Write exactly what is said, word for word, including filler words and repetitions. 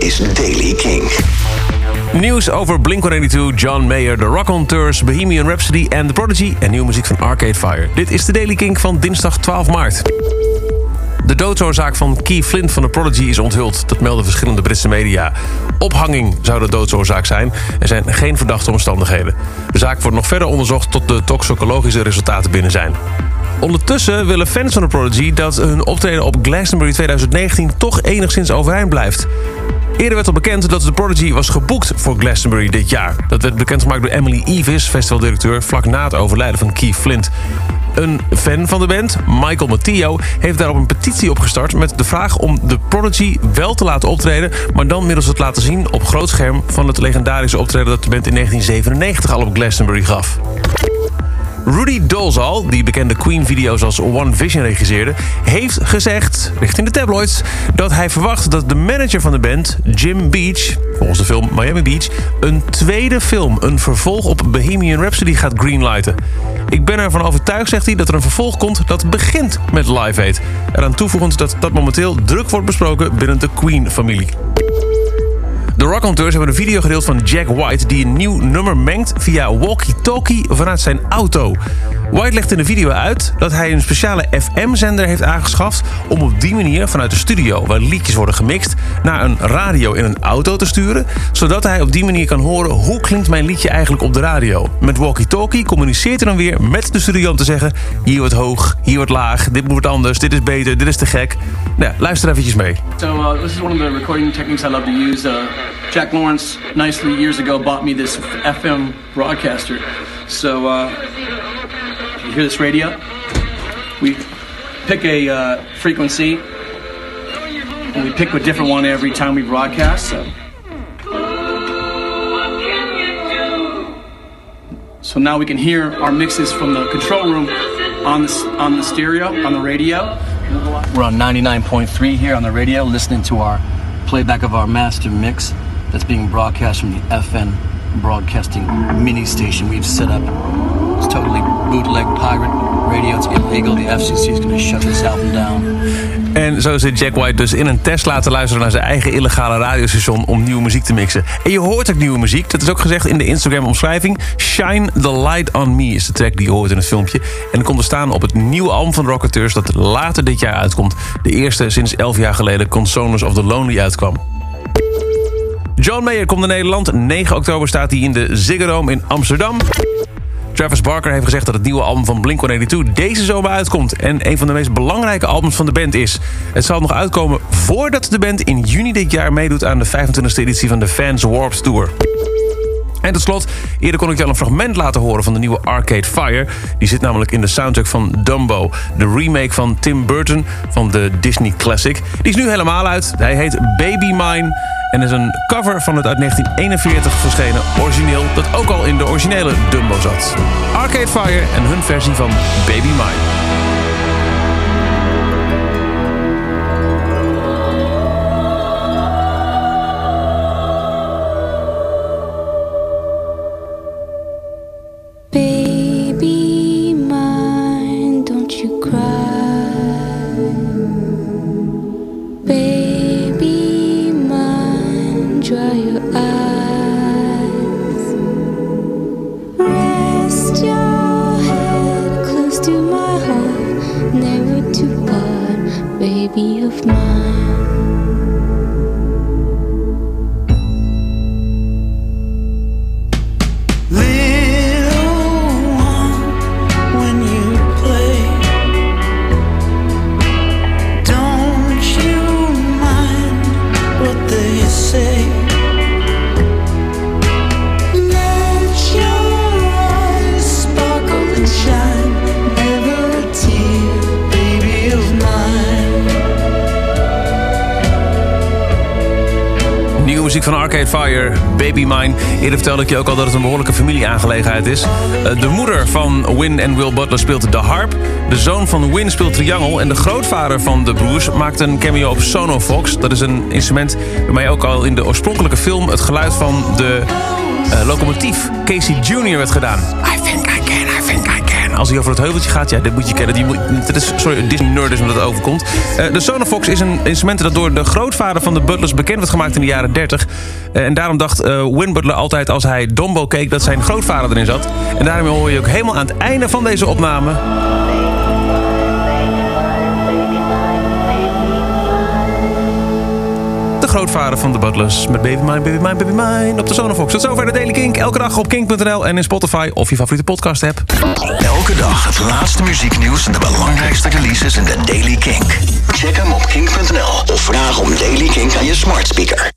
is Daily King. Nieuws over Blink honderdtweeënnegentig, John Mayer, The Raconteurs, Bohemian Rhapsody en The Prodigy en nieuwe muziek van Arcade Fire. Dit is de Daily King van dinsdag twaalf maart. De doodsoorzaak van Keith Flint van The Prodigy is onthuld. Dat melden verschillende Britse media. Ophanging zou de doodsoorzaak zijn. Er zijn geen verdachte omstandigheden. De zaak wordt nog verder onderzocht tot de toxicologische resultaten binnen zijn. Ondertussen willen fans van The Prodigy dat hun optreden op Glastonbury twintig negentien toch enigszins overeind blijft. Eerder werd al bekend dat The Prodigy was geboekt voor Glastonbury dit jaar. Dat werd bekendgemaakt door Emily Evis, festivaldirecteur, vlak na het overlijden van Keith Flint. Een fan van de band, Michael Matteo, heeft daarop een petitie opgestart met de vraag om The Prodigy wel te laten optreden, maar dan middels het laten zien op groot scherm van het legendarische optreden dat de band in negentien zevenennegentig al op Glastonbury gaf. Rudy Dolezal, die bekende Queen-video's als One Vision regisseerde, heeft gezegd, richting de tabloids, dat hij verwacht dat de manager van de band, Jim Beach, volgens de film Miami Beach, een tweede film, een vervolg op Bohemian Rhapsody gaat greenlighten. Ik ben ervan overtuigd, zegt hij, dat er een vervolg komt dat begint met Live Aid. Eraan toevoegend dat dat momenteel druk wordt besproken binnen de Queen-familie. De Raconteurs hebben een video gedeeld van Jack White die een nieuw nummer mengt via walkie-talkie vanuit zijn auto. White legt in de video uit dat hij een speciale F M-zender heeft aangeschaft om op die manier vanuit de studio, waar liedjes worden gemixt, naar een radio in een auto te sturen, zodat hij op die manier kan horen hoe klinkt mijn liedje eigenlijk op de radio. Met walkie-talkie communiceert hij dan weer met de studio om te zeggen, hier wordt hoog, hier wordt laag, dit moet anders, dit is beter, dit is te gek. Nou, luister eventjes mee. So uh, this is one of the recording techniques I love to use. Uh, Jack Lawrence nicely years ago bought me this F M broadcaster. So uh, you hear this radio? We pick a uh, frequency and we pick a different one every time we broadcast. So. So now we can hear our mixes from the control room on the, on the stereo, on the radio. We're on ninety-nine point three here on the radio, listening to our playback of our master mix that's being broadcast from the F N broadcasting mini station we've set up. It's totally bootleg pirate radio. It's illegal. The F C C is going to shut this album down. En zo zit Jack White dus in een Tesla te luisteren naar zijn eigen illegale radiostation om nieuwe muziek te mixen. En je hoort ook nieuwe muziek. Dat is ook gezegd in de Instagram-omschrijving. Shine the Light on Me is de track die je hoort in het filmpje. En dat komt te staan op het nieuwe album van de Raconteurs dat later dit jaar uitkomt. De eerste sinds elf jaar geleden Consoners of the Lonely uitkwam. John Mayer komt naar Nederland. negen oktober staat hij in de Ziggo Dome in Amsterdam. Travis Barker heeft gezegd dat het nieuwe album van Blink honderdtweeënnegentig deze zomer uitkomt en een van de meest belangrijke albums van de band is. Het zal nog uitkomen voordat de band in juni dit jaar meedoet aan de vijfentwintigste editie van de Fans Warped Tour. En tot slot, eerder kon ik je al een fragment laten horen van de nieuwe Arcade Fire. Die zit namelijk in de soundtrack van Dumbo, de remake van Tim Burton van de Disney Classic. Die is nu helemaal uit. Hij heet Baby Mine en is een cover van het uit negentien eenenveertig verschenen origineel dat ook al in de originele Dumbo zat. Arcade Fire en hun versie van Baby Mine. Dry your eyes. Rest your head close to my heart, never to part, baby of mine. Muziek van Arcade Fire, Baby Mine. Eerder vertelde ik je ook al dat het een behoorlijke familieaangelegenheid is. De moeder van Win en Will Butler speelt de harp. De zoon van Win speelt triangel. En de grootvader van de broers maakt een cameo op Sonofox. Dat is een instrument waarmee ook al in de oorspronkelijke film het geluid van de uh, locomotief Casey junior werd gedaan. I think I can, I think I can. als hij over het heuveltje gaat, ja, dit moet je kennen. Die moet, het is, sorry, Disney-nerd is omdat het overkomt. Uh, de Sonofox is een instrument dat door de grootvader van de Butlers bekend werd gemaakt in de jaren dertig. Uh, en daarom dacht uh, Win Butler altijd als hij Dumbo keek dat zijn grootvader erin zat. En daarom hoor je ook helemaal aan het einde van deze opname de grootvader van de Butlers met Baby Mine, Baby Mine, Baby Mine op de Sonofox. Tot zover de Daily Kink. Elke dag op kink punt n l en in Spotify of je favoriete podcast app. Elke dag het laatste muzieknieuws en de belangrijkste releases in de Daily Kink. Check hem op kink punt n l of vraag om Daily Kink aan je smart speaker.